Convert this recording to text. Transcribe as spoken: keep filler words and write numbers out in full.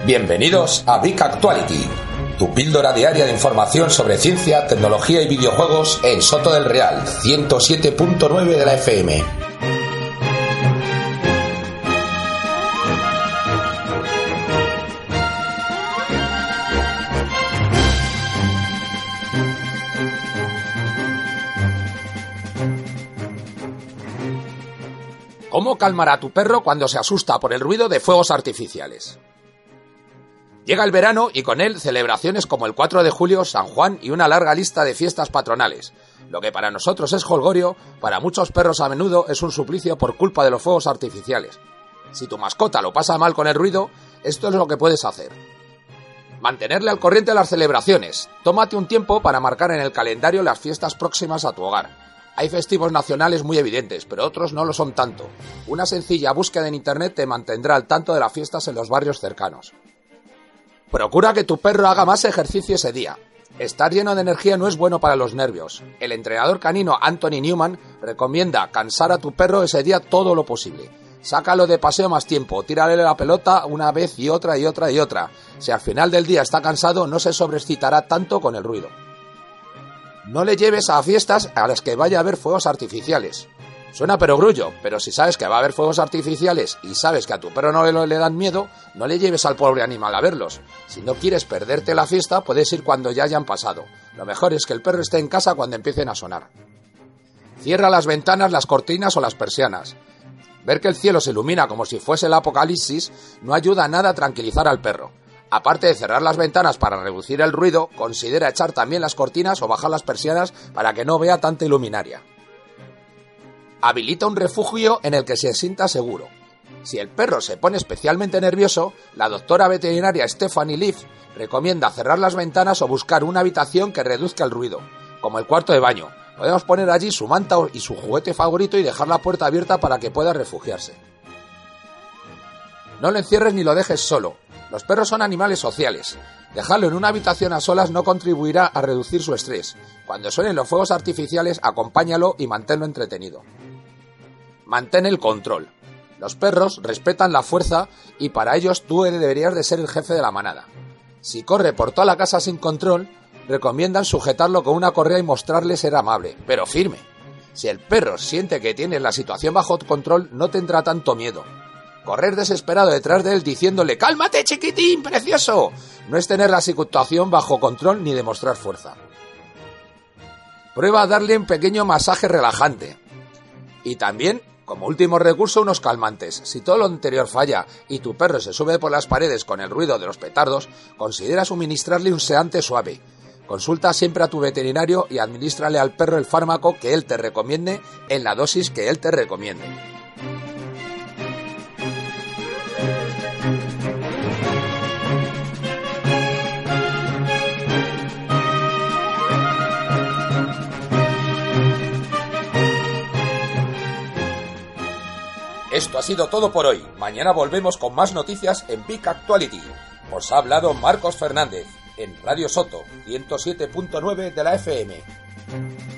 Bienvenidos a Big Actuality, tu píldora diaria de información sobre ciencia, tecnología y videojuegos en Soto del Real, ciento siete punto nueve de la F M. ¿Cómo calmar a tu perro cuando se asusta por el ruido de fuegos artificiales? Llega el verano y con él celebraciones como el cuatro de julio, San Juan y una larga lista de fiestas patronales. Lo que para nosotros es jolgorio, para muchos perros a menudo es un suplicio por culpa de los fuegos artificiales. Si tu mascota lo pasa mal con el ruido, esto es lo que puedes hacer. Mantenerle al corriente las celebraciones. Tómate un tiempo para marcar en el calendario las fiestas próximas a tu hogar. Hay festivos nacionales muy evidentes, pero otros no lo son tanto. Una sencilla búsqueda en internet te mantendrá al tanto de las fiestas en los barrios cercanos. Procura que tu perro haga más ejercicio ese día. Estar lleno de energía no es bueno para los nervios. El entrenador canino Anthony Newman recomienda cansar a tu perro ese día todo lo posible. Sácalo de paseo más tiempo, tírale la pelota una vez y otra y otra y otra. Si al final del día está cansado, no se sobreexcitará tanto con el ruido. No le lleves a fiestas a las que vaya a haber fuegos artificiales. Suena perogrullo, pero si sabes que va a haber fuegos artificiales y sabes que a tu perro no le, le dan miedo, no le lleves al pobre animal a verlos. Si no quieres perderte la fiesta, puedes ir cuando ya hayan pasado. Lo mejor es que el perro esté en casa cuando empiecen a sonar. Cierra las ventanas, las cortinas o las persianas. Ver que el cielo se ilumina como si fuese el apocalipsis no ayuda nada a tranquilizar al perro. Aparte de cerrar las ventanas para reducir el ruido, considera echar también las cortinas o bajar las persianas para que no vea tanta iluminaria. Habilita un refugio en el que se sienta seguro. Si el perro se pone especialmente nervioso, la doctora veterinaria Stephanie Leaf recomienda cerrar las ventanas o buscar una habitación que reduzca el ruido, como el cuarto de baño. Podemos poner allí su manta y su juguete favorito y dejar la puerta abierta para que pueda refugiarse. No lo encierres ni lo dejes solo. Los perros son animales sociales. Dejarlo en una habitación a solas no contribuirá a reducir su estrés. Cuando suenen los fuegos artificiales, acompáñalo y manténlo entretenido. Mantén el control. Los perros respetan la fuerza y para ellos tú deberías de ser el jefe de la manada. Si corre por toda la casa sin control, recomiendan sujetarlo con una correa y mostrarle ser amable, pero firme. Si el perro siente que tienes la situación bajo control, no tendrá tanto miedo. Correr desesperado detrás de él diciéndole «¡Cálmate, chiquitín, precioso!» no es tener la situación bajo control ni demostrar fuerza. Prueba a darle un pequeño masaje relajante. Y también, como último recurso, unos calmantes. Si todo lo anterior falla y tu perro se sube por las paredes con el ruido de los petardos, considera suministrarle un sedante suave. Consulta siempre a tu veterinario y administrale al perro el fármaco que él te recomiende en la dosis que él te recomiende. Esto ha sido todo por hoy. Mañana volvemos con más noticias en Big Actuality. Os ha hablado Marcos Fernández en Radio Soto, ciento siete punto nueve de la F M.